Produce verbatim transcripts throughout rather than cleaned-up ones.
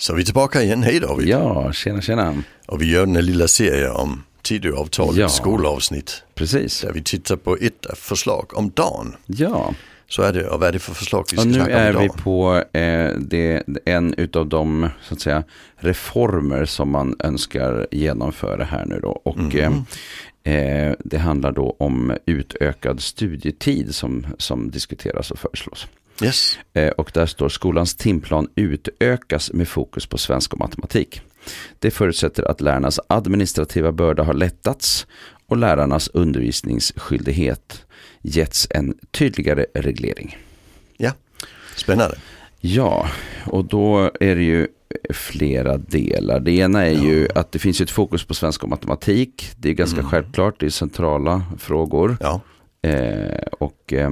Så vi är tillbaka igen, hej David. Ja, tjena tjena. Och vi gör den här lilla serien om Tidöavtalet, ja, skolavsnitt. Precis. Där vi tittar på ett förslag om dagen. Ja. Så är det, och vad är det för förslag vi ska och nu snacka om är idag? vi på eh, det, en utav de så att säga, reformer som man önskar genomföra här nu då. Och mm. eh, det handlar då om utökad studietid som, som diskuteras och föreslås. Yes. Eh, och där står skolans timplan utökas med fokus på svenska och matematik. Det förutsätter att lärarnas administrativa börda har lättats och lärarnas undervisningsskyldighet getts en tydligare reglering. Ja, spännande. Ja, och då är det ju flera delar. Det ena är ja. ju att det finns ett fokus på svenska och matematik. Det är ganska mm. självklart, det är centrala frågor. Ja. Eh, och... Eh,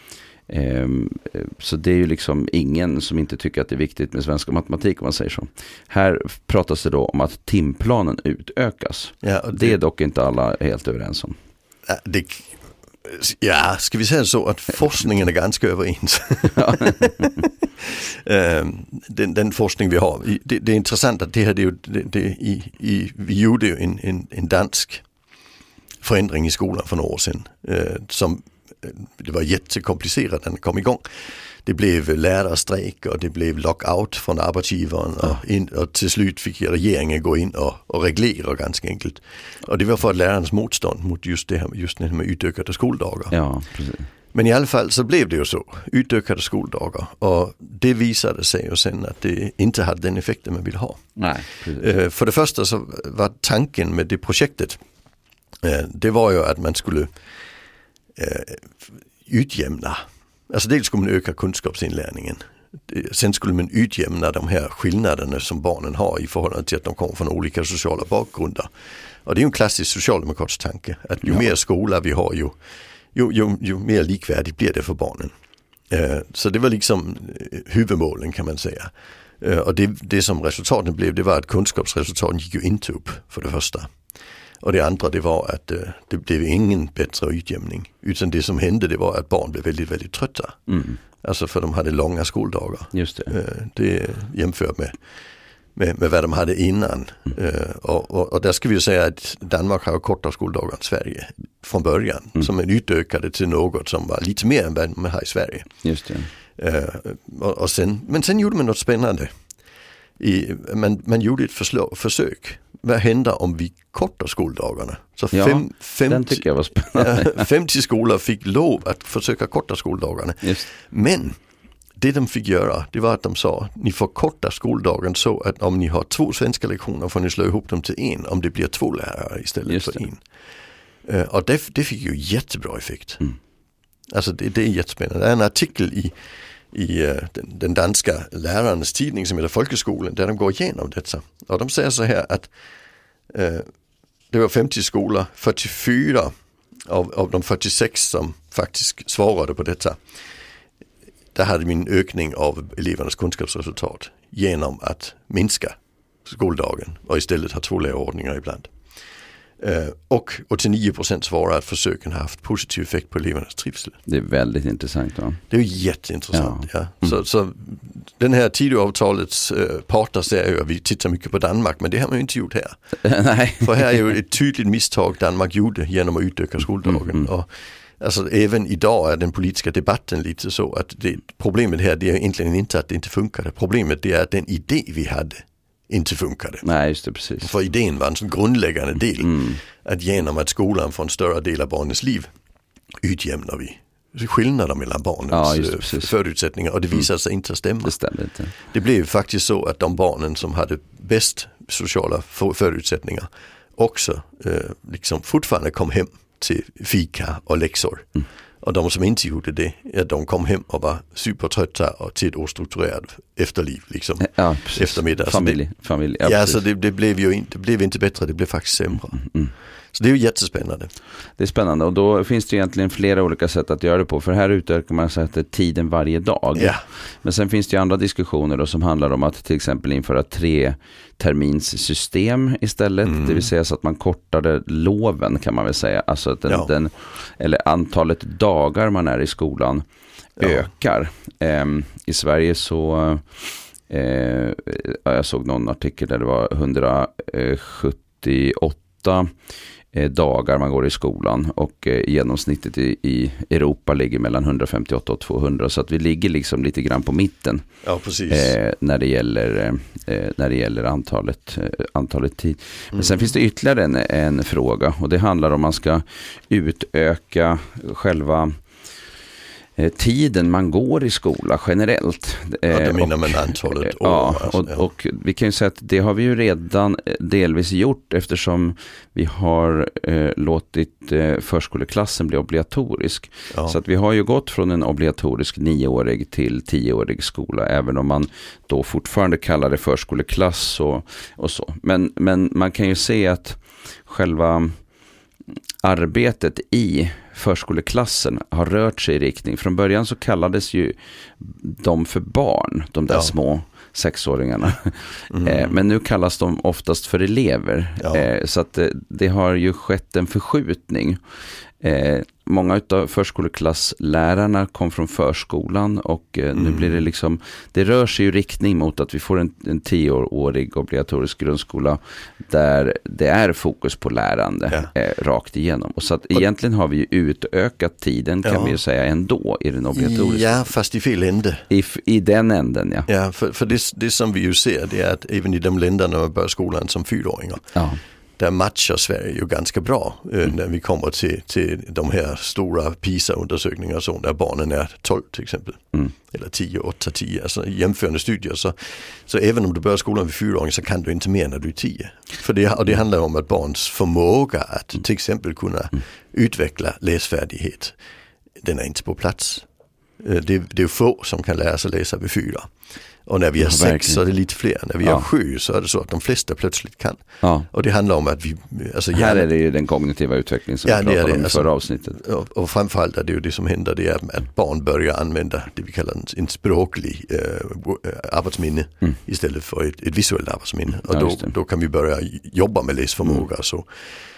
Så det är ju liksom ingen som inte tycker att det är viktigt med svenska och matematik om man säger så. Här pratas det då om att timplanen utökas. Ja, det, det är dock inte alla helt överens om. Det, ja, ska vi säga så att forskningen är ganska överens. den, den forskning vi har. Det, det är intressant att det här, det, det, det, i, i, vi gjorde ju en, en, en dansk förändring i skolan för några år sedan eh, som det var jättekomplicerat när den kom igång. Det blev lärarstrejk och det blev lockout från arbetsgivaren ja. och, in, och till slut fick regeringen gå in och, och reglera ganska enkelt. Och det var för att lärarnas motstånd mot just det här, just det här med utökade skoldagar. Ja, precis. Men i alla fall så blev det ju så, utökade skoldagar, och det visade sig ju sen att det inte hade den effekten man ville ha. Nej, precis. För det första så var tanken med det projektet, det var ju att man skulle utjämna. Alltså dels skulle man öka kunskapsinlärningen. Sen skulle man utjämna de här skillnaderna som barnen har i förhållande till att de kommer från olika sociala bakgrunder. Och det är ju en klassisk socialdemokratisk tanke. Att ju ja. mer skola vi har, ju, ju, ju, ju mer likvärdigt blir det för barnen. Så det var liksom huvudmålen kan man säga. Och det, det som resultaten blev, det var att kunskapsresultaten gick ju inte upp för det första. Och det andra det var att uh, det blev ingen bättre utjämning. Utan det som hände det var att barn blev väldigt, väldigt trötta. Mm. Alltså för de hade långa skoldagar. Just det. Uh, det jämfört med, med, med vad de hade innan. Mm. Uh, och, och, och där ska vi ju säga att Danmark har kortare skoldagar än Sverige från början. Mm. Som en utökade till något som var lite mer än vad man har i Sverige. Just det. Uh, och, och sen, men sen gjorde man något spännande. I, man, man gjorde ett förslag, försök. Vad händer om vi kortar skoldagarna? Så ja, fem, femtio, den tycker jag var spännande. femtio skolor fick lov att försöka korta skoldagarna. Just. Men det de fick göra, det var att de sa ni får korta skoldagen så att om ni har två svenska lektioner får ni slå ihop dem till en om det blir två lärare istället Just för en. Uh, och det, det fick ju jättebra effekt. Mm. Alltså det, det är jättespännande. Det är en artikel i i den, den danska lärarnas tidning som heter Folkeskolen, där de går igenom detta. Och de säger så här att eh, det var femtio skolor, fyrtiofyra av, av de fyrtiosex som faktiskt svarade på detta. Där hade vi en ökning av elevernas kunskapsresultat genom att minska skoldagen och istället ha två lärarordningar ibland. Uh, och åttionio procent svarar att försöken har haft positiv effekt på elevernas trivsel. Det är väldigt intressant. Va? Det är ju jätteintressant. Ja. Ja. Mm. Så, så den här Tidöavtalets uh, parter säger ju att vi tittar mycket på Danmark, men det har man ju inte gjort här. Nej. För här är ju ett tydligt misstag Danmark gjorde genom att utöka skoldagen. Mm, mm. Och, alltså, även idag är den politiska debatten lite så att det, problemet här det är egentligen inte att det inte funkade. Problemet det är att den idé vi hade inte funkade. Nej, just det, precis. För idén var en sån grundläggande del mm. att genom att skolan får en större del av barnens liv utjämnar vi skillnader mellan barnens ja, förutsättningar och det visar sig inte stämma. Det stämmer inte. Det blev faktiskt så att de barnen som hade bäst sociala förutsättningar också eh, liksom fortfarande kom hem till fika och läxor. Mm. Och de som inte gjorde det, ja, de kom hem och var supertrötta och till ett ostrukturerat efterliv liksom. Ja, eftermiddag. Familj, familj. Ja, ja så det, det blev ju inte, det blev inte bättre, det blev faktiskt sämre. Mm, mm. Så det är ju jättespännande. Det är spännande och då finns det egentligen flera olika sätt att göra det på. För här utökar man så att tiden varje dag. Ja. Men sen finns det ju andra diskussioner då som handlar om att till exempel införa tre terminssystem istället. Mm. Det vill säga så att man kortade loven kan man väl säga. Alltså att den, ja. den, eller antalet dagar man är i skolan ja. ökar. Ehm, I Sverige så eh, jag såg någon artikel där det var hundrasjuttioåtta dagar man går i skolan och eh, genomsnittet i, i Europa ligger mellan hundrafemtioåtta och tvåhundra, så att vi ligger liksom lite grann på mitten. Ja, precis. Eh, när det gäller eh, när det gäller antalet eh, antalet tid. Men mm. sen finns det ytterligare en, en fråga, och det handlar om man ska utöka själva tiden man går i skola generellt. Ja, det menar man antalet år. Ja, alltså, och, ja. och vi kan ju säga att det har vi ju redan delvis gjort, eftersom vi har eh, låtit eh, förskoleklassen bli obligatorisk. Ja. Så att vi har ju gått från en obligatorisk nioårig till tioårig skola, även om man då fortfarande kallar det förskoleklass och, och så. Men, men man kan ju se att själva arbetet i förskoleklassen har rört sig i riktning. Från början så kallades ju de för barn, de där ja. små sexåringarna. Mm. Men nu kallas de oftast för elever. Ja. Så att det har ju skett en förskjutning. Många av förskoleklasslärarna kom från förskolan, och mm. nu blir det liksom, det rör sig i riktning mot att vi får en, en tioårig obligatorisk grundskola där det är fokus på lärande ja. eh, rakt igenom. Och så att egentligen har vi ju utökat tiden, kan ja. vi ju säga, ändå i den obligatoriska. Ja, fast i fel ände. I, i den änden, ja. Ja, för, för det, det som vi ju ser, det är att även i de länderna man börjar skolan som fyraåringar, ja. där matchar Sverige ju ganska bra mm. när vi kommer till, till de här stora PISA-undersökningar så, där barnen är tolv till exempel. Mm. Eller tio, åtta, tio. Alltså jämförande studier. Så, så även om du börjar skolan vid fyra år så kan du inte mer när du är tio. För det, och det handlar om att barns förmåga att till exempel kunna mm. utveckla läsfärdighet, den är inte på plats. Det, det är få som kan lära sig läsa vid fyra. Och när vi är ja, sex verkligen. Så är det lite fler. När vi ja. är sju så är det så att de flesta plötsligt kan. Ja. Och det handlar om att vi... Alltså här gärna, är det ju den kognitiva utvecklingen som ja, vi pratade om i alltså, förra avsnittet. Och, och framförallt är det ju det som händer, det är att barn börjar använda det vi kallar en, en språklig äh, arbetsminne mm. istället för ett, ett visuellt arbetsminne. Och ja, då, då kan vi börja jobba med läsförmåga. Mm. Så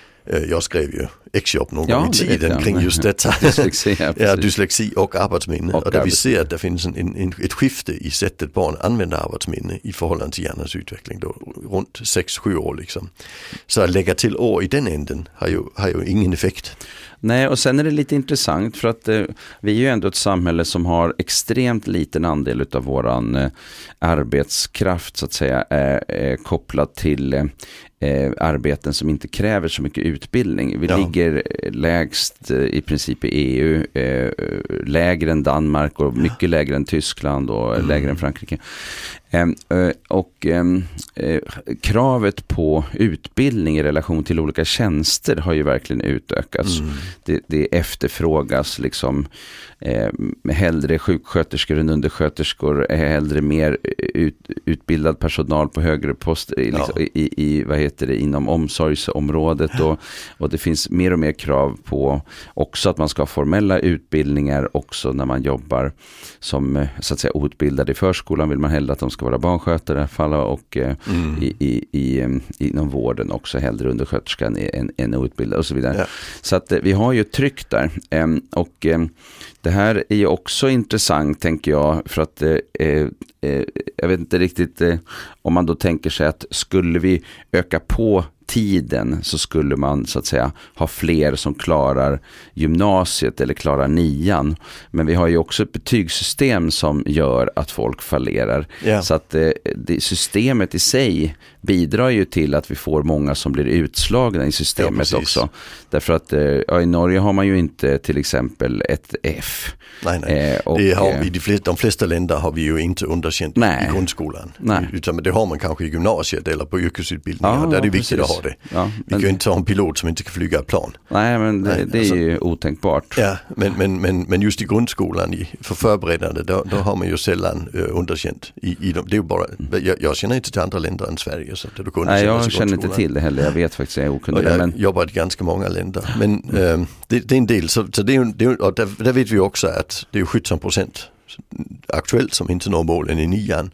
jag skrev ju exjobb någon ja, gång i tiden jag, kring just detta. Dyslexi, ja, ja, dyslexi och arbetsminne. Och, och där vi ser att det finns en, en, ett skifte i sättet barn använder arbetsminne i förhållande till hjärnans utveckling då, runt sex sju år liksom. Så att lägga till år i den änden har ju, har ju ingen effekt. Nej, och sen är det lite intressant för att eh, vi är ju ändå ett samhälle som har extremt liten andel av våran eh, arbetskraft så att säga är eh, kopplat till eh, Eh, arbeten som inte kräver så mycket utbildning. Vi ja. ligger lägst eh, i princip i E U, eh, lägre än Danmark och mycket ja. lägre än Tyskland och mm. lägre än Frankrike. Eh, och eh, kravet på utbildning i relation till olika tjänster har ju verkligen utökats. Mm. Det, det efterfrågas liksom eh, hellre sjuksköterskor än undersköterskor, hellre mer ut, utbildad personal på högre poster i, liksom, ja. i, i vad heter det, inom omsorgsområdet ja. och, och det finns mer och mer krav på också att man ska ha formella utbildningar också när man jobbar som så att säga outbildad i förskolan vill man hellre att de ska vara barnskötare i alla fall och mm. i, i, i, inom vården också hellre undersköterska än, än, än outbildad och så vidare. Ja. Så att vi har ju tryck där och det här är ju också intressant tänker jag för att eh, eh, jag vet inte riktigt eh, om man då tänker sig att skulle vi öka på tiden så skulle man så att säga ha fler som klarar gymnasiet eller klarar nian. Men vi har ju också ett betygssystem som gör att folk fallerar. Yeah. Så att eh, det, systemet i sig bidrar ju till att vi får många som blir utslagna i systemet ja, också. Därför att eh, ja, i Norge har man ju inte till exempel ett F. Nej, nej. Eh, och, det har vi, de, flesta, de flesta länder har vi ju inte underkänt nej. i grundskolan. Nej. Utan det har man kanske i gymnasiet eller på yrkesutbildningar. Ja, där är det viktigt att ha det. Ja, vi kan ju inte ha en pilot som inte kan flyga plan. Nej, men det, nej, det är alltså, ju otänkbart. Ja, men, men, men, men just i grundskolan, i, för förberedande, då, då har man ju sällan uh, underkänt. I, i de, det är ju bara, jag, jag känner inte till andra länder än Sverige. Så det du nej, jag känner inte till det heller. Jag vet faktiskt att jag är okunnig. Jag men... jobbar i ganska många länder. Men mm. uh, det, det är en del. Så, så det är, det är, och där, där vet vi också att det är sjutton procent aktuellt som inte når målen i nian.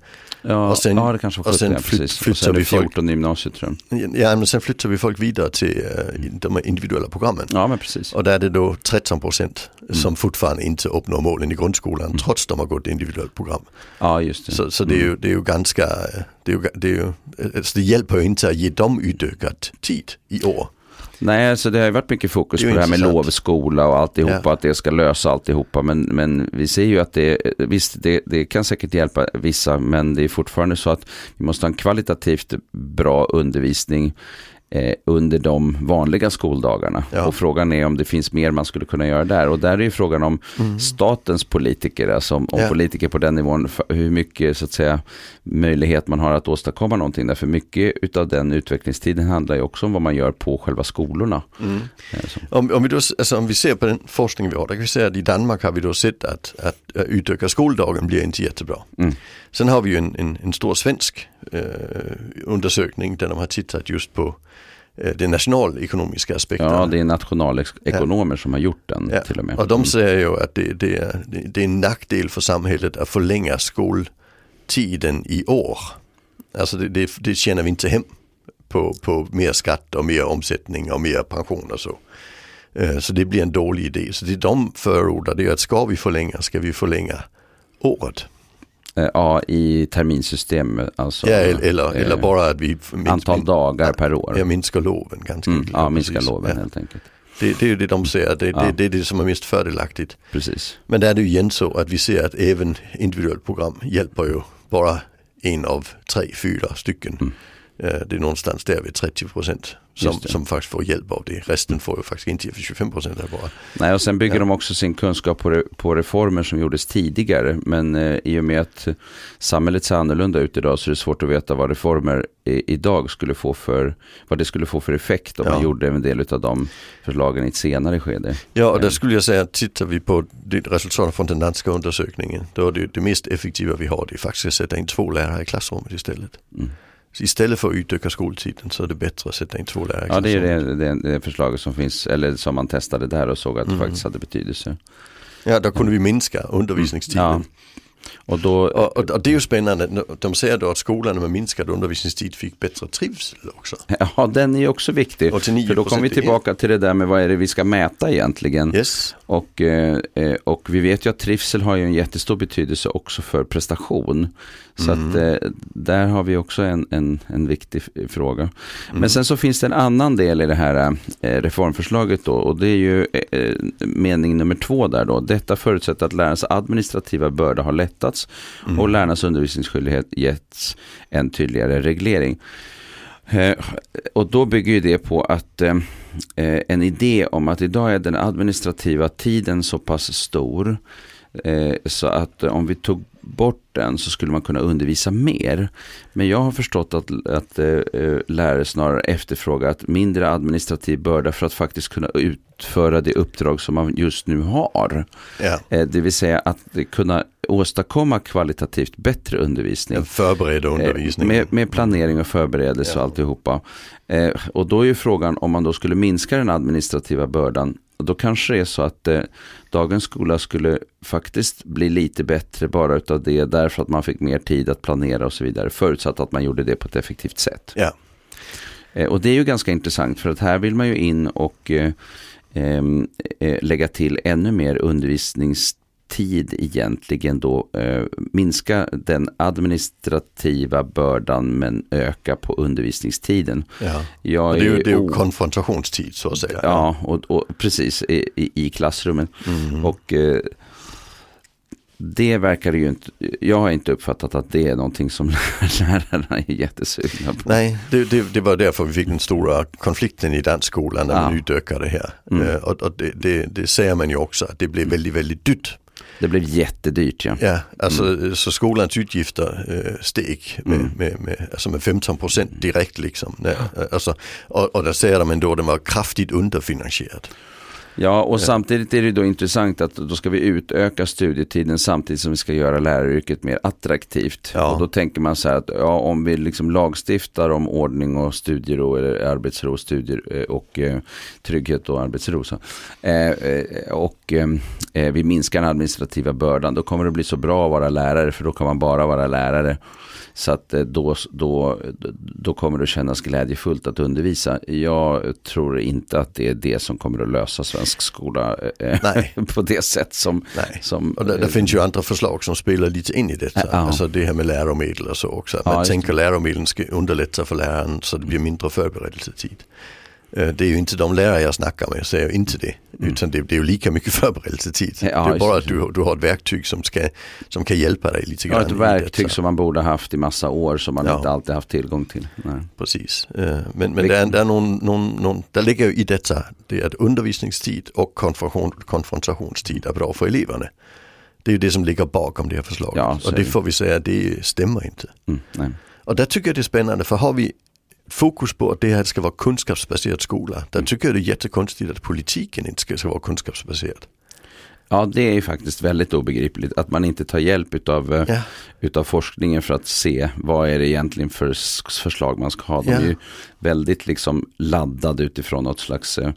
Ja, och sen, ja det kanske var sjutton, ja, precis. Flyt, och sen vi fjorton i gymnasiet tror jag. Ja, men sen flyttar vi folk vidare till uh, de individuella programmen. Ja, men precis. Och där är det då tretton procent mm. som fortfarande inte uppnår målen i grundskolan mm. trots de har gått individuellt program. Ja, just det. Så, så det, är ju, det är ju ganska, det, är ju, det, är ju, alltså det hjälper ju inte att ge dem utökat tid i år. Nej, alltså det har ju varit mycket fokus det på det här med lovskola och alltihopa, ja. Att det ska lösa alltihopa, men, men vi ser ju att det, visst, det, det kan säkert hjälpa vissa, men det är fortfarande så att vi måste ha en kvalitativt bra undervisning eh, under de vanliga skoldagarna. Ja. Och frågan är om det finns mer man skulle kunna göra där. Och där är ju frågan om mm. statens politiker, alltså om, om ja. politiker på den nivån, hur mycket så att säga möjlighet man har att åstadkomma någonting. Därför mycket utav den utvecklingstiden handlar ju också om vad man gör på själva skolorna. Mm. Om, om, vi då, alltså, om vi ser på den forskning vi har, där kan vi säga att i Danmark har vi då sett att, att, att utöka skoldagen blir inte jättebra. Mm. Sen har vi ju en, en, en stor svensk eh, undersökning där de har tittat just på det nationalekonomiska aspekten. Ja, det är nationalekonomer ja. som har gjort den ja. till och med. Och de säger ju att det, det, är, det är en nackdel för samhället att förlänga skoltiden i år. Alltså det, det, det tjänar vi inte hem på, på mer skatt och mer omsättning och mer pension och så. Så det blir en dålig idé. Så det de förordar det är att ska vi förlänga, ska vi förlänga året. Ja, i terminsystem alltså. Ja, eller, eh, eller bara att vi minst, antal min, dagar att, per år. Ja, minskar loven ganska mm, Ja, minskar loven ja. helt enkelt. Det, det är ju det de säger, det, ja. det, det är det som är mest fördelaktigt. Precis. Men där är det ju igen så att vi ser att även individuellt program hjälper ju bara en av tre, fyra stycken. Mm. Det är någonstans där vid trettio procent som, som faktiskt får hjälp av det. Resten får ju faktiskt inte för tjugofem procent där bara. Nej, och sen bygger ja. de också sin kunskap på, re, på reformer som gjordes tidigare. Men eh, i och med att samhället ser annorlunda ut idag så är det svårt att veta vad reformer i, idag skulle få för, vad det skulle få för effekt om ja. man gjorde en del av de förslagen i ett senare skede. Ja, och där skulle jag säga att tittar vi på det resultatet från den danska undersökningen, då är det, det mest effektiva vi har det är faktiskt att sätta in två lärare i klassrummet istället. Mm. Så istället för att utöka skoltiden så är det bättre att sätta in två lärare. Ja, det är det, det, det förslaget som finns, eller som man testade där och såg att det mm. faktiskt hade betydelse. Ja, då kunde vi minska undervisningstiden. Ja. Och, då, och, och, och det är ju spännande. De säger då att skolan med minskad undervisningstid fick bättre trivsel också. Ja, den är ju också viktig. För då kommer vi tillbaka till det där med vad är det vi ska mäta egentligen. Yes. Och, eh, och vi vet ju att trivsel har ju en jättestor betydelse också för prestation. Så mm. att eh, där har vi också en, en, en viktig f- fråga. Mm. Men sen så finns det en annan del i det här eh, reformförslaget då. Och det är ju eh, mening nummer två där då. Detta förutsätter att lärarnas administrativa börda har lättats mm. och lärarnas undervisningsskyldighet getts en tydligare reglering. Eh, och då bygger ju det på att eh, en idé om att idag är den administrativa tiden så pass stor eh, så att om vi tog bort den så skulle man kunna undervisa mer. Men jag har förstått att, att äh, lärare snarare efterfrågat mindre administrativ börda för att faktiskt kunna utföra det uppdrag som man just nu har. Ja. Äh, det vill säga att kunna åstadkomma kvalitativt bättre undervisning. En förbereda undervisning. Äh, med, med planering och förberedelse ja. och alltihopa. Äh, och då är ju frågan om man då skulle minska den administrativa bördan. Och då kanske det är så att eh, dagens skola skulle faktiskt bli lite bättre bara utav det därför att man fick mer tid att planera och så vidare, förutsatt att man gjorde det på ett effektivt sätt. Ja. Eh, och det är ju ganska intressant för att här vill man ju in och eh, eh, lägga till ännu mer undervisningstid egentligen då, eh, minska den administrativa bördan men öka på undervisningstiden. Ja. Jag det är ju, det är ju konfrontationstid så att säga. Ja, och, och precis i, i, i klassrummen. Mm. Och eh, det verkar ju inte, jag har inte uppfattat att det är någonting som lärarna är jättesugna på. Nej, det, det, det var därför vi fick den stora konflikten i dansskolan när ja. man utökade det här. Mm. Uh, och och det, det, det säger man ju också att det blev väldigt, väldigt dyrt. Det blev jättedyrt, ja. Ja, alltså mm. så skolans utgifter äh, steg med, mm. med, med, alltså med femton procent direkt liksom. Ja, alltså, och, och där säger de ändå att den var kraftigt underfinansierad. Ja, och samtidigt är det då intressant att då ska vi utöka studietiden samtidigt som vi ska göra läraryrket mer attraktivt. Ja. Och då tänker man så här att ja, om vi liksom lagstiftar om ordning och studiero eller arbetsro, studier och eh, trygghet och arbetsro så, eh, och eh, vi minskar den administrativa bördan, då kommer det bli så bra att vara lärare, för då kan man bara vara lärare. Så att då, då, då kommer det att kännas glädjefullt att undervisa. Jag tror inte att det är det som kommer att lösa svensk skola Nej. på det sätt som... Nej. som och det, det finns ju andra förslag som spelar lite in i detta. Ja. Alltså det här med läromedel och så också. Att man ja, tänker att läromedlen ska underlätta för läraren så det blir mindre förberedelsetid. Det är ju inte de lärare jag snackar med, säger inte det. Mm. Utan det, det är ju lika mycket förberedelsetid. Ja, det är bara att du, du har ett verktyg som, ska, som kan hjälpa dig lite grann. Ja, ett verktyg som man borde ha haft i massa år som man ja. inte alltid haft tillgång till. Nej. Precis. Men, men det är, det är någon, någon, någon, där ligger ju i detta, det är att undervisningstid och konfrontation, konfrontationstid är bra för eleverna. Det är ju det som ligger bakom det här förslaget. Ja, och det får vi säga, det stämmer inte. Mm, nej. Och där tycker jag det är spännande, för har vi fokus på att det här ska vara kunskapsbaserad skola. Där tycker jag det är jättekonstigt att politiken inte ska vara kunskapsbaserad. Ja, det är ju faktiskt väldigt obegripligt att man inte tar hjälp utav, ja. utav forskningen för att se vad är det egentligen för förslag man ska ha. De ja. är ju väldigt liksom laddade utifrån något slags eh,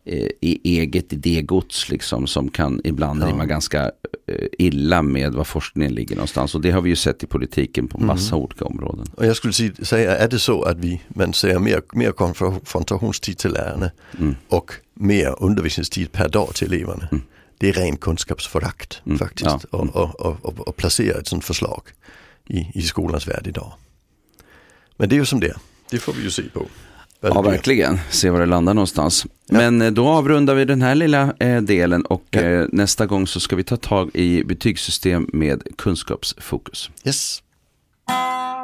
i eget idégods liksom, som kan ibland ja. rimma ganska eh, illa med vad forskningen ligger någonstans. Och det har vi ju sett i politiken på massa mm. olika områden. Och jag skulle säga, är det så att vi man säger mer, mer konfrontationstid till lärarna mm. och mer undervisningstid per dag till eleverna. Mm. Det är ren kunskapsförakt mm. faktiskt. Ja. Och, och, och, och, och placera ett sådant förslag i, i skolans värld idag. Men det är ju som det. Det får vi ju se på. Ja, verkligen. Se var det landar någonstans. Ja. Men då avrundar vi den här lilla eh, delen och ja. eh, nästa gång så ska vi ta tag i betygssystem med kunskapsfokus. Yes.